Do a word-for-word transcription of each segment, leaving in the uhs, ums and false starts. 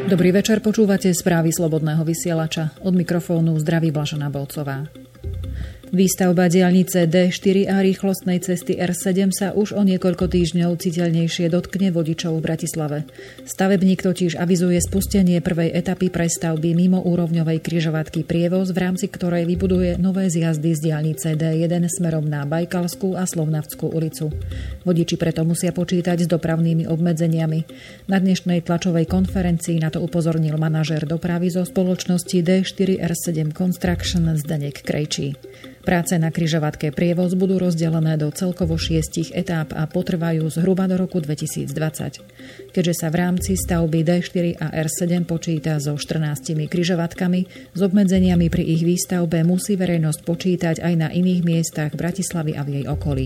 Dobrý večer, počúvate správy Slobodného vysielača. Od mikrofónu zdraví Blažena Bolcová. Výstavba diaľnice dé štyri a rýchlostnej cesty er sedem sa už o niekoľko týždňov citeľnejšie dotkne vodičov v Bratislave. Stavebník totiž avizuje spustenie prvej etapy prestavby mimo úrovňovej križovatky Prievoz, v rámci ktorej vybuduje nové zjazdy z diaľnice dé jeden smerom na Bajkalskú a Slovnaftskú ulicu. Vodiči preto musia počítať s dopravnými obmedzeniami. Na dnešnej tlačovej konferencii na to upozornil manažér dopravy zo spoločnosti dé štyri er sedem Construction Zdeněk Krejčí. Práce na križovatke Prievoz budú rozdelené do celkovo šiestich etáp a potrvajú zhruba do roku dvetisícdvadsať. Keďže sa v rámci stavby dé štyri a er sedem počíta so štrnástimi križovatkami, s obmedzeniami pri ich výstavbe musí verejnosť počítať aj na iných miestach Bratislavy a v jej okolí.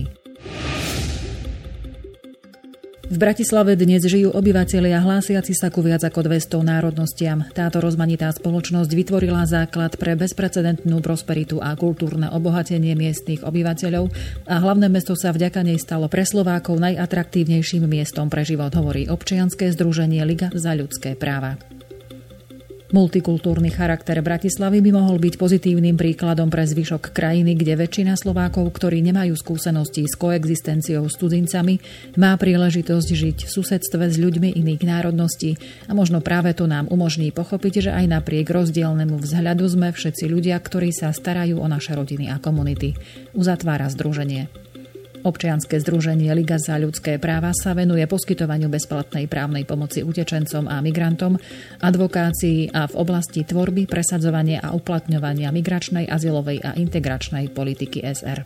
V Bratislave dnes žijú obyvatelia hlásiaci sa ku viac ako dvesto národnostiam. Táto rozmanitá spoločnosť vytvorila základ pre bezprecedentnú prosperitu a kultúrne obohatenie miestnych obyvateľov a hlavné mesto sa vďaka nej stalo pre Slovákov najatraktívnejším miestom pre život, hovorí občianske združenie Liga za ľudské práva. Multikultúrny charakter Bratislavy by mohol byť pozitívnym príkladom pre zvyšok krajiny, kde väčšina Slovákov, ktorí nemajú skúsenosti s koexistenciou s cudzincami, má príležitosť žiť v susedstve s ľuďmi iných národností a možno práve to nám umožní pochopiť, že aj napriek rozdielnemu vzhľadu sme všetci ľudia, ktorí sa starajú o naše rodiny a komunity, uzatvára združenie. Občianske združenie Liga za ľudské práva sa venuje poskytovaniu bezplatnej právnej pomoci utečencom a migrantom, advokácii a v oblasti tvorby, presadzovania a uplatňovania migračnej, azylovej a integračnej politiky es er.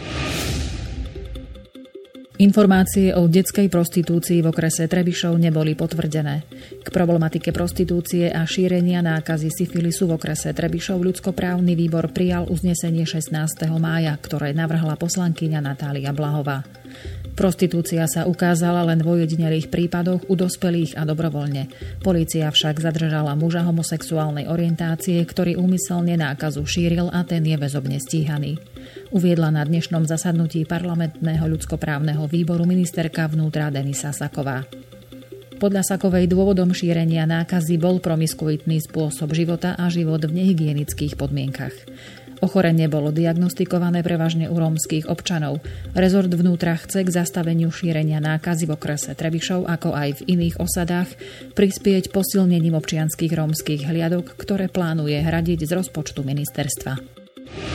Informácie o detskej prostitúcii v okrese Trebišov neboli potvrdené. K problematike prostitúcie a šírenia nákazy syfilisu v okrese Trebišov ľudskoprávny výbor prijal uznesenie šestnásteho mája, ktoré navrhla poslankyňa Natália Blahová. Prostitúcia sa ukázala len v ojedinelých prípadoch u dospelých a dobrovoľne. Polícia však zadržala muža homosexuálnej orientácie, ktorý úmyselne nákazu šíril a ten je väzobne stíhaný. Uviedla na dnešnom zasadnutí parlamentného ľudskoprávneho výboru ministerka vnútra Denisa Saková. Podľa Sakovej dôvodom šírenia nákazy bol promiskuitný spôsob života a život v nehygienických podmienkach. Ochorenie bolo diagnostikované prevažne u rómskych občanov. Rezort vnútra chce k zastaveniu šírenia nákazy v okrese Trebišov, ako aj v iných osadách, prispieť posilnením občianskych rómskych hliadok, ktoré plánuje hradiť z rozpočtu ministerstva.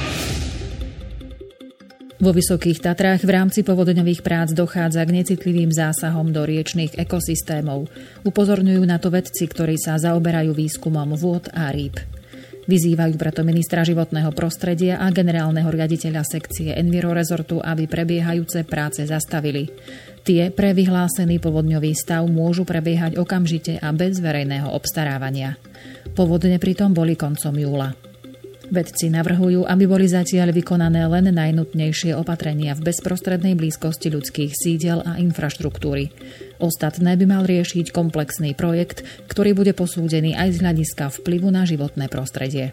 Vo Vysokých Tatrách v rámci povodňových prác dochádza k necitlivým zásahom do riečnych ekosystémov. Upozorňujú na to vedci, ktorí sa zaoberajú výskumom vôd a rýb. Vyzývajú preto ministra životného prostredia a generálneho riaditeľa sekcie Enviro rezortu, aby prebiehajúce práce zastavili. Tie pre vyhlásený povodňový stav môžu prebiehať okamžite a bez verejného obstarávania. Povodne pritom boli koncom júla. Vedci navrhujú, aby boli zatiaľ vykonané len najnutnejšie opatrenia v bezprostrednej blízkosti ľudských sídel a infraštruktúry. Ostatné by mal riešiť komplexný projekt, ktorý bude posúdený aj z hľadiska vplyvu na životné prostredie.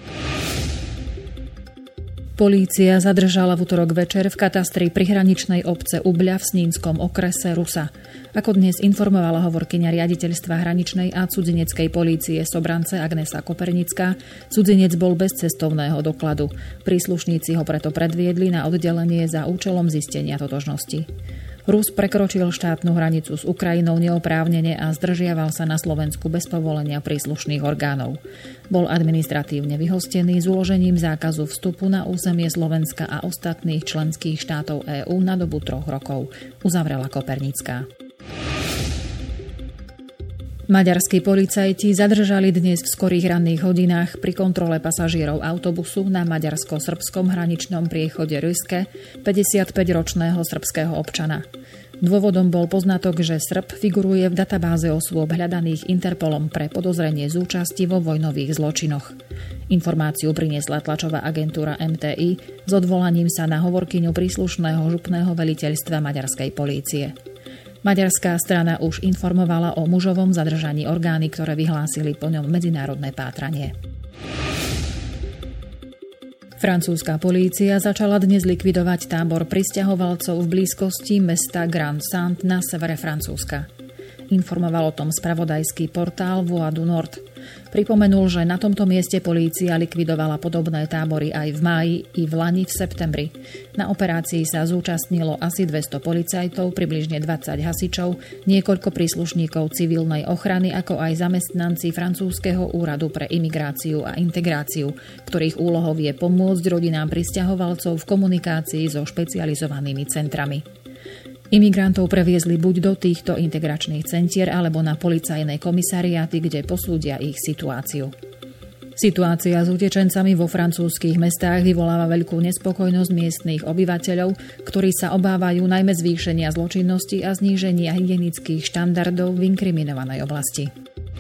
Polícia zadržala v utorok večer v katastri prihraničnej obce Ubľa v Snínskom okrese Rusa. Ako dnes informovala hovorkyňa riaditeľstva hraničnej a cudzineckej polície Sobrance Agnesa Kopernická, cudzinec bol bez cestovného dokladu. Príslušníci ho preto predviedli na oddelenie za účelom zistenia totožnosti. Rus prekročil štátnu hranicu s Ukrajinou neoprávnene a zdržiaval sa na Slovensku bez povolenia príslušných orgánov. Bol administratívne vyhostený s uložením zákazu vstupu na územie Slovenska a ostatných členských štátov EÚ na dobu troch rokov, uzavrela Kopernická. Maďarskí policajti zadržali dnes v skorých ranných hodinách pri kontrole pasažierov autobusu na maďarsko-srbskom hraničnom priechode Ruske päťdesiatpäťročného srbského občana. Dôvodom bol poznatok, že Srb figuruje v databáze osôb hľadaných Interpolom pre podozrenie z účasti vo vojnových zločinoch. Informáciu priniesla tlačová agentúra em té í s odvolaním sa na hovorkyňu príslušného župného veliteľstva maďarskej polície. Maďarská strana už informovala o mužovom zadržaní orgány, ktoré vyhlásili po ňom medzinárodné pátranie. Francúzska polícia začala dnes likvidovať tábor prisťahovalcov v blízkosti mesta Grand Saint na severe Francúzska. informoval o tom spravodajský portál Voix du Nord. Pripomenul, že na tomto mieste polícia likvidovala podobné tábory aj v máji i v lani v septembri. Na operácii sa zúčastnilo asi dvesto policajtov, približne dvadsať hasičov, niekoľko príslušníkov civilnej ochrany, ako aj zamestnanci francúzskeho úradu pre imigráciu a integráciu, ktorých úlohou je pomôcť rodinám prisťahovalcov v komunikácii so špecializovanými centrami. Imigrantov previezli buď do týchto integračných centier alebo na policajné komisariáty, kde posúdia ich situáciu. Situácia s utečencami vo francúzskych mestách vyvoláva veľkú nespokojnosť miestnych obyvateľov, ktorí sa obávajú najmä zvýšenia zločinnosti a zníženia hygienických štandardov v inkriminovanej oblasti.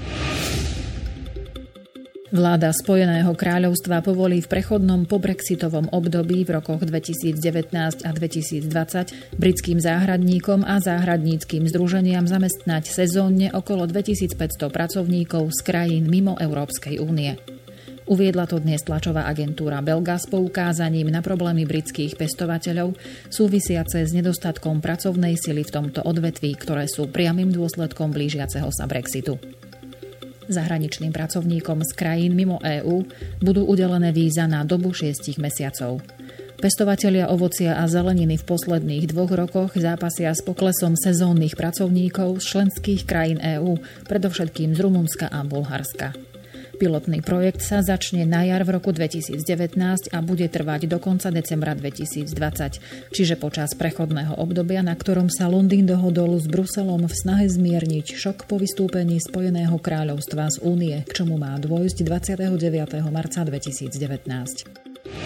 Vláda Spojeného kráľovstva povolí v prechodnom pobrexitovom období v rokoch dvetisícdevätnásť a dvetisícdvadsať britským záhradníkom a záhradníckym združeniam zamestnať sezónne okolo dvetisícpäťsto pracovníkov z krajín mimo Európskej únie. Uviedla to dnes tlačová agentúra Belga s poukázaním na problémy britských pestovateľov súvisiace s nedostatkom pracovnej sily v tomto odvetví, ktoré sú priamym dôsledkom blížiaceho sa Brexitu. Zahraničným pracovníkom z krajín mimo EÚ budú udelené víza na dobu šiestich mesiacov. Pestovatelia ovocia a zeleniny v posledných dvoch rokoch zápasia s poklesom sezónnych pracovníkov z členských krajín EÚ, predovšetkým z Rumunska a Bulharska. Pilotný projekt sa začne na jar v roku dvetisícdevätnásť a bude trvať do konca decembra dvetisícdvadsať, čiže počas prechodného obdobia, na ktorom sa Londýn dohodol s Bruselom v snahe zmierniť šok po vystúpení Spojeného kráľovstva z únie, k čomu má dôjsť dvadsiateho deviateho marca dvetisícdevätnásť.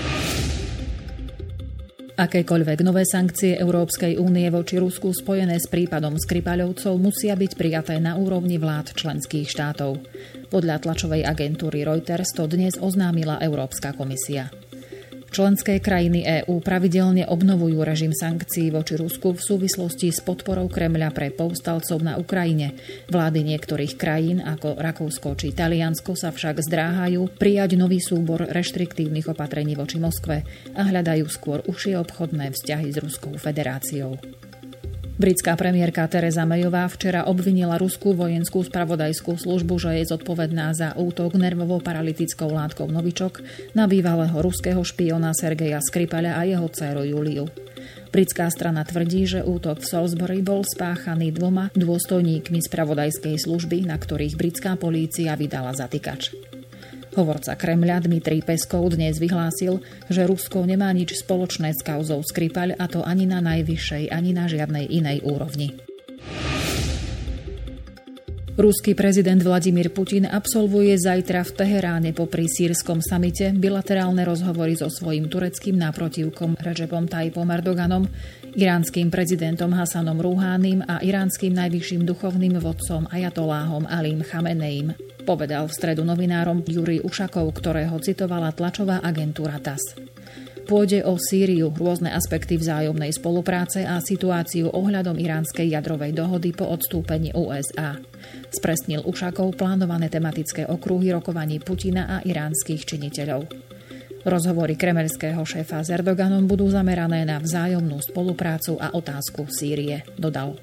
Akékoľvek nové sankcie Európskej únie voči Rusku spojené s prípadom Skripaľovcov musia byť prijaté na úrovni vlád členských štátov. Podľa tlačovej agentúry Reuters to dnes oznámila Európska komisia. Členské krajiny EÚ pravidelne obnovujú režim sankcií voči Rusku v súvislosti s podporou Kremľa pre povstalcov na Ukrajine. Vlády niektorých krajín, ako Rakúsko či Taliansko, sa však zdráhajú prijať nový súbor reštriktívnych opatrení voči Moskve a hľadajú skôr užšie obchodné vzťahy s Ruskou federáciou. Britská premiérka Theresa Mayová včera obvinila ruskú vojenskú spravodajskú službu, že je zodpovedná za útok nervovo-paralytickou látkou Novičok na bývalého ruského špiona Sergeja Skripaľa a jeho dcéru Juliu. Britská strana tvrdí, že útok v Salisbury bol spáchaný dvoma dôstojníkmi spravodajskej služby, na ktorých britská polícia vydala zatýkač. Hovorca Kremľa Dmitrij Peskov dnes vyhlásil, že Rusko nemá nič spoločné s kauzou Skripaľ, a to ani na najvyššej, ani na žiadnej inej úrovni. Ruský prezident Vladimír Putin absolvuje zajtra v Teheráne popri sýrskom samite bilaterálne rozhovory so svojím tureckým náprotivkom Recepom Tayyipom Erdoganom, iránskym prezidentom Hasanom Rúhánim a iránskym najvyšším duchovným vodcom ajatoláhom Alím Chameneím, povedal v stredu novinárom Jurij Ušakov, ktorého citovala tlačová agentúra té á es. Pôjde o Sýriu, rôzne aspekty vzájomnej spolupráce a situáciu ohľadom iránskej jadrovej dohody po odstúpení ú es á. Spresnil Ušakov plánované tematické okruhy rokovaní Putina a iránskych činiteľov. Rozhovory kremelského šéfa s Erdoganom budú zamerané na vzájomnú spoluprácu a otázku Sýrie, dodal.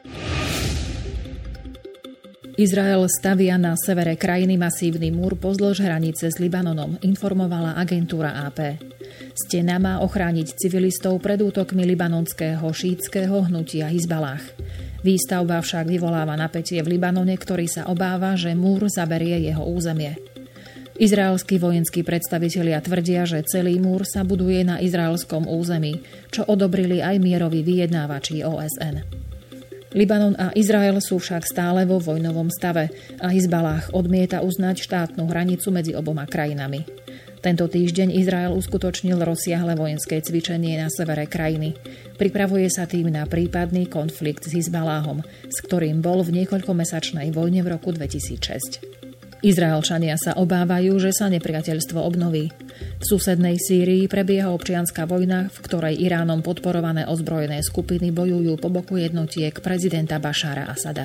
Izrael stavia na severe krajiny masívny múr pozdĺž hranice s Libanonom, informovala agentúra á pé. Stena má ochrániť civilistov pred útokmi libanonského šítskeho hnutia Hizbalách. Výstavba však vyvoláva napätie v Libanone, ktorý sa obáva, že múr zaberie jeho územie. Izraelskí vojenskí predstavitelia tvrdia, že celý múr sa buduje na izraelskom území, čo odobrili aj mieroví vyjednávači ó es en. Libanon a Izrael sú však stále vo vojnovom stave a Hizbalách odmieta uznať štátnu hranicu medzi oboma krajinami. Tento týždeň Izrael uskutočnil rozsiahle vojenské cvičenie na severe krajiny. Pripravuje sa tým na prípadný konflikt s Hizbaláhom, s ktorým bol v niekoľkomesačnej vojne v roku dvetisícšesť. Izraelčania sa obávajú, že sa nepriateľstvo obnoví. V susednej Sýrii prebieha občianska vojna, v ktorej Iránom podporované ozbrojené skupiny bojujú po boku jednotiek prezidenta Bašára Asada.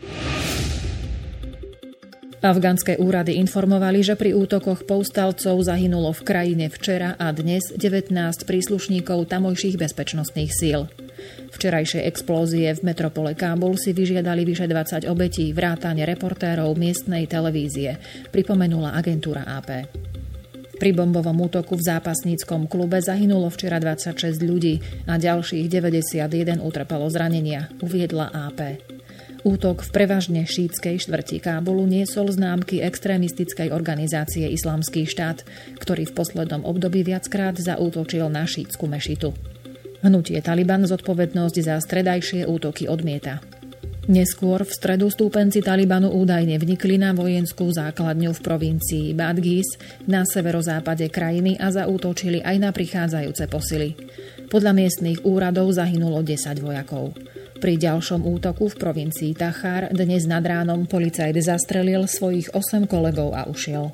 Afgánske úrady informovali, že pri útokoch povstalcov zahynulo v krajine včera a dnes devätnásť príslušníkov tamojších bezpečnostných síl. Včerajšie explózie v metropole Kábul si vyžiadali vyše dvadsať obetí, vrátane reportérov miestnej televízie, pripomenula agentúra á pé. Pri bombovom útoku v zápasníckom klube zahynulo včera dvadsaťšesť ľudí a ďalších deväťdesiatjeden utrpelo zranenia, uviedla á pé. Útok v prevažne šítskej štvrti Kábulu niesol známky extrémistickej organizácie Islamský štát, ktorý v poslednom období viackrát zaútočil na šítsku mešitu. Hnutie Taliban zodpovednosť za stredajšie útoky odmieta. Neskôr v stredu stúpenci Talibanu údajne vnikli na vojenskú základňu v provincii Badghis na severozápade krajiny a zaútočili aj na prichádzajúce posily. Podľa miestnych úradov zahynulo desať vojakov. Pri ďalšom útoku v provincii Tachár dnes nad ránom policajt zastrelil svojich osem kolegov a ušiel.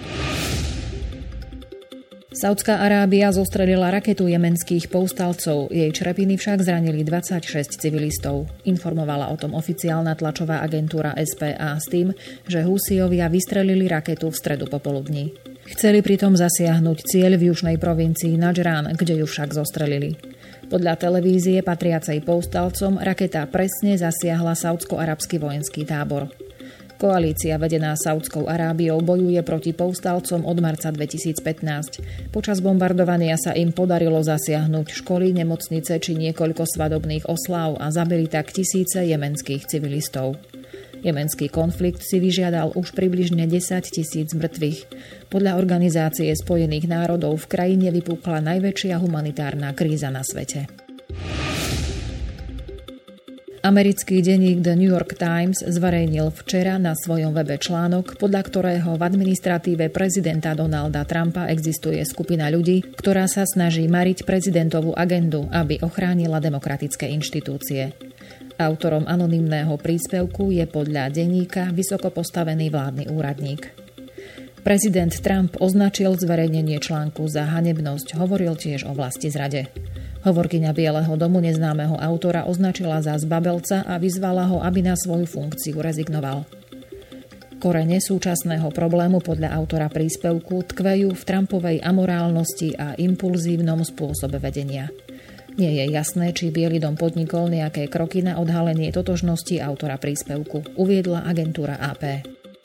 Saudská Arábia zostrelila raketu jemenských povstalcov, jej črepiny však zranili dvadsaťšesť civilistov. Informovala o tom oficiálna tlačová agentúra es pé á s tým, že Húsiovia vystrelili raketu v stredu popoludní. Chceli pritom zasiahnuť cieľ v južnej provincii Nadžrán, kde ju však zostrelili. Podľa televízie patriacej povstalcom raketa presne zasiahla saúdsko-arabský vojenský tábor. Koalícia vedená Saudskou Arábiou bojuje proti povstalcom od marca dvetisícpätnásť. Počas bombardovania sa im podarilo zasiahnuť školy, nemocnice či niekoľko svadobných osláv a zabili tak tisíce jemenských civilistov. Jemenský konflikt si vyžiadal už približne desať tisíc mŕtvych. Podľa Organizácie spojených národov v krajine vypukla najväčšia humanitárna kríza na svete. Americký denník The New York Times zverejnil včera na svojom webe článok, podľa ktorého v administratíve prezidenta Donalda Trumpa existuje skupina ľudí, ktorá sa snaží mariť prezidentovú agendu, aby ochránila demokratické inštitúcie. Autorom anonymného príspevku je podľa denníka vysoko postavený vládny úradník. Prezident Trump označil zverejnenie článku za hanebnosť, hovoril tiež o vlastizrade. Hovorkyňa Bieleho domu neznámeho autora označila za zbabelca a vyzvala ho, aby na svoju funkciu rezignoval. Korene súčasného problému podľa autora príspevku tkvejú v Trumpovej amorálnosti a impulzívnom spôsobe vedenia. Nie je jasné, či Biely dom podnikol nejaké kroky na odhalenie totožnosti autora príspevku, uviedla agentúra á pé.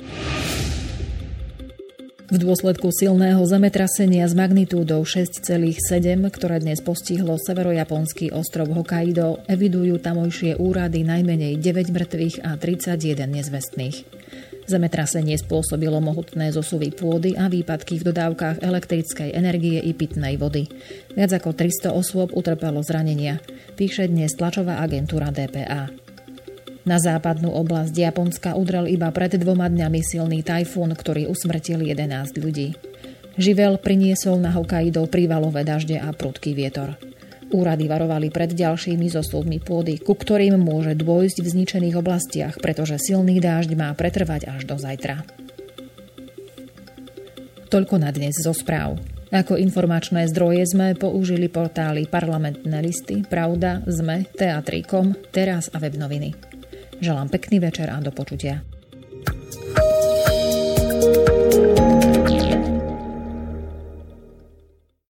V dôsledku silného zemetrasenia s magnitúdou šesť celá sedem, ktoré dnes postihlo severojaponský ostrov Hokkaido, evidujú tamojšie úrady najmenej deväť mŕtvych a tridsaťjeden nezvestných. Zemetrasenie spôsobilo mohutné zosuvy pôdy a výpadky v dodávkach elektrickej energie i pitnej vody. Viac ako tristo osôb utrpelo zranenia, píše dnes tlačová agentúra dé pé á. Na západnú oblasť Japonska udrel iba pred dvoma dňami silný tajfún, ktorý usmrtil jedenásť ľudí. Živel priniesol na Hokkaido prívalové dažde a prudký vietor. Úrady varovali pred ďalšími zosuvmi pôdy, ku ktorým môže dôjsť v zničených oblastiach, pretože silný dážď má pretrvať až do zajtra. Toľko na dnes zo správ. Ako informačné zdroje sme použili portály Parlamentné listy, Pravda, zet em é, Teatríkom, Teraz a Webnoviny. Želám pekný večer a do počutia.